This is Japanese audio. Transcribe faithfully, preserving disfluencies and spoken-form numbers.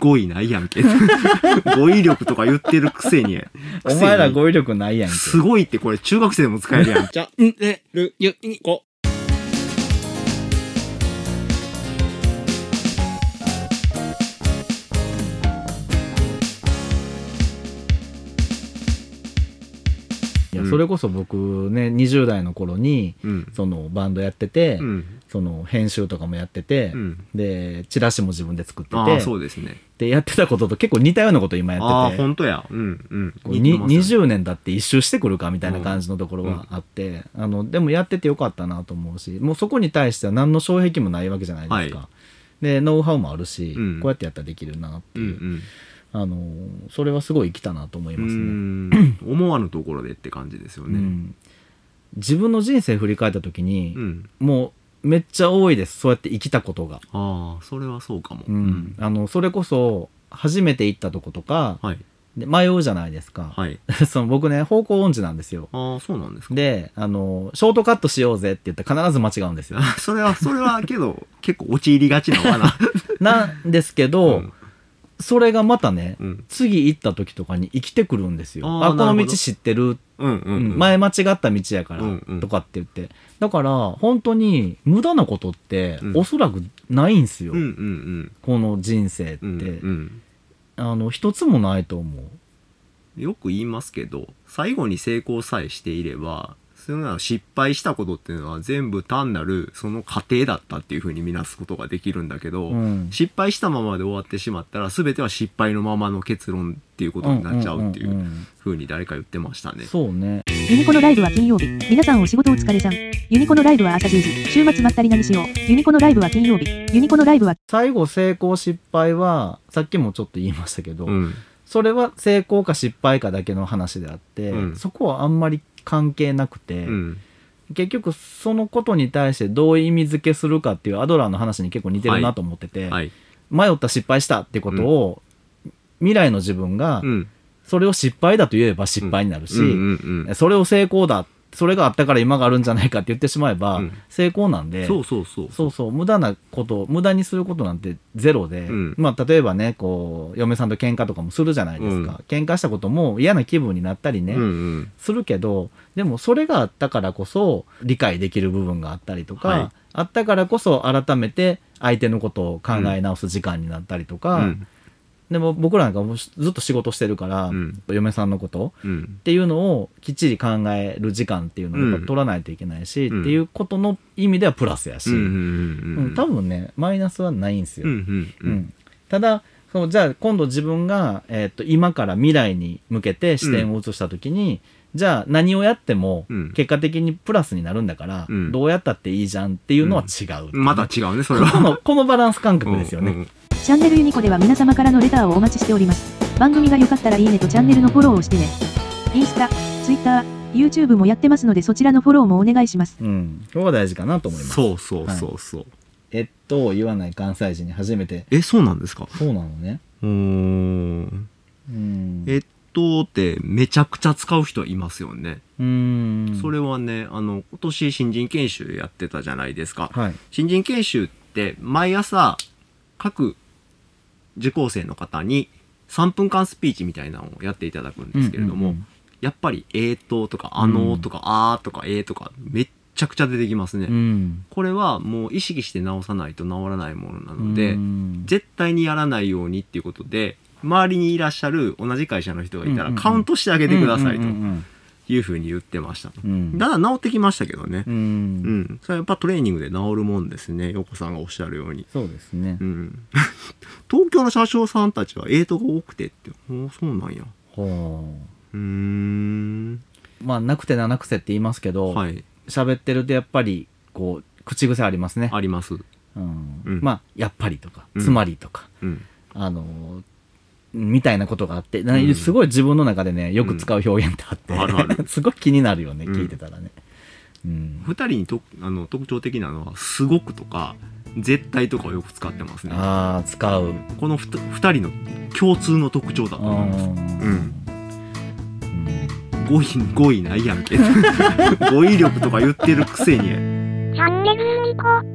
語彙ないやんけ語彙力とか言ってるくせにお前ら語彙力ないやんけ。 すごいって、これ中学生でも使えるやん。 チャンネルユニコ。 いやそれこそ僕ねにじゅう代の頃に、 うん、 そのバンドやってて、 うん、 その編集とかもやってて、うん、でチラシも自分で作ってて、 あそうですね、 でやってたことと結構似たようなこと今やってて、 あ本当や、うんうん、 ににじゅうねんだって一周してくるかみたいな感じのところはあって、うん、あのでもやっててよかったなと思うし、もうそこに対しては何の障壁もないわけじゃないですか、はい、でノウハウもあるし、うん、こうやってやったらできるなっていう、うんうん、あのそれはすごい生きたなと思いますね。 うん思わぬところでって感じですよね、うん、 自分の人生振り返った時に、うん、もうめっちゃ多いです、そうやって生きたことが。 ああそれはそうかも、 うん、あのそれこそ初めて行ったとことか、はい、で迷うじゃないですか、はい、その僕ね方向音痴なんですよ。 ああそうなんですか。 であのショートカットしようぜって言ったら必ず間違うんですよそれはそれはけど結構陥りがちなのかななんですけど、うんそれがまたね、うん、次行った時とかに生きてくるんですよ。ああこの道知ってる、うんうんうん、前間違った道やから、うんうん、とかって言って、だから本当に無駄なことって、うん、おそらくないんですよ、うんうんうん、この人生って、うんうん、あの一つもないと思う。よく言いますけど最後に成功さえしていればそういうのは失敗したことっていうのは全部単なるその過程だったっていう風に見なすことができるんだけど、うん、失敗したままで終わってしまったら全ては失敗のままの結論っていうことになっちゃうっていう風に誰か言ってましたね。 そうね。 ユニコのライブは金曜日。皆さんお仕事お疲れさん。ユニコのライブは朝じゅうじ。週末まったり何しよう。ユニコのライブは金曜日。ユニコのライブは最後成功失敗はさっきもちょっと言いましたけど、うん、それは成功か失敗かだけの話であって、うん、そこはあんまり関係なくて、うん結局そのことに対してどう意味付けするかっていうアドラーの話に結構似てるなと思ってて、はいはい、迷った失敗したってことを、うん、未来の自分がそれを失敗だと言えば失敗になるし、うんうんうんうん、それを成功だそれがあったから今があるんじゃないかって言ってしまえば成功なんで、うん、 そうそうそうそうそう無駄なこと無駄にすることなんてゼロで、うん、まあ例えばねこう嫁さんと喧嘩とかもするじゃないですか、うん、喧嘩したことも嫌な気分になったりね、うんうん、するけどでもそれがあったからこそ理解できる部分があったりとか、はい、あったからこそ改めて相手のことを考え直す時間になったりとか、うんでも僕らなんかもずっと仕事してるから、うん、嫁さんのこと、うん、っていうのをきっちり考える時間っていうのをやっぱ取らないといけないし、うん、っていうことの意味ではプラスやし、うんうんうんうん、多分ねマイナスはないんですよ、うんうんうん、ただそのじゃあ今度自分が、えー、と今から未来に向けて視点を移した時に、うん、じゃあ何をやっても結果的にプラスになるんだから、うん、どうやったっていいじゃんっていうのは違う、 うん、また違うねそれはこの、このバランス感覚ですよね、うんうんチャンネルユニコでは皆様からのレターをお待ちしております。番組が良かったらいいねとチャンネルのフォローをしてね。インスタ、ツイッター、YouTube もやってますのでそちらのフォローもお願いします。 うん、ここが大事かなと思います。 そうそうそうそう。はい、 えっと言わない関西人に初めて。 え、そうなんですか。 そうなのね。 うーん。うんえっとってめちゃくちゃ使う人いますよね。うーん。それはね、あの今年新人研修やってたじゃないですか。はい、新人研修って毎朝各受講生の方にさんぷんかんスピーチみたいなのをやっていただくんですけれども、うんうんうん、やっぱりえーととかあのーとか、うん、あーとかえーとかめっちゃくちゃ出てきますね、うん、これはもう意識して直さないと直らないものなので、うん、絶対にやらないようにっていうことで周りにいらっしゃる同じ会社の人がいたらカウントしてあげてくださいというふうに言ってました、うん、だから治ってきましたけどね、うんうん、それはやっぱトレーニングで治るもんですね。横さんがおっしゃるように。 そうですね、うん、 東京の車掌さんたちはエイトが多くてっておそうなんや。はあ、うーんまあなくてななくせって言いますけど、はい、喋ってるとやっぱりこう口癖ありますね。 あります、 うんうん、まあやっぱりとか、うん、つまりとか、うん、あのみたいなことがあって、うん、すごい自分の中でねよく使う表現ってあって、うん、あるあるすごい気になるよね、聞いてたらね、 うん、ふたりにとあの特徴的なのはすごくとか絶対とかをよく使ってますね。 ああ使う。 この ふ, ふたりの共通の特徴だと思います。うん、うん、語彙語彙ないやんけ語彙力とか言ってるくせにチャンネルユニコ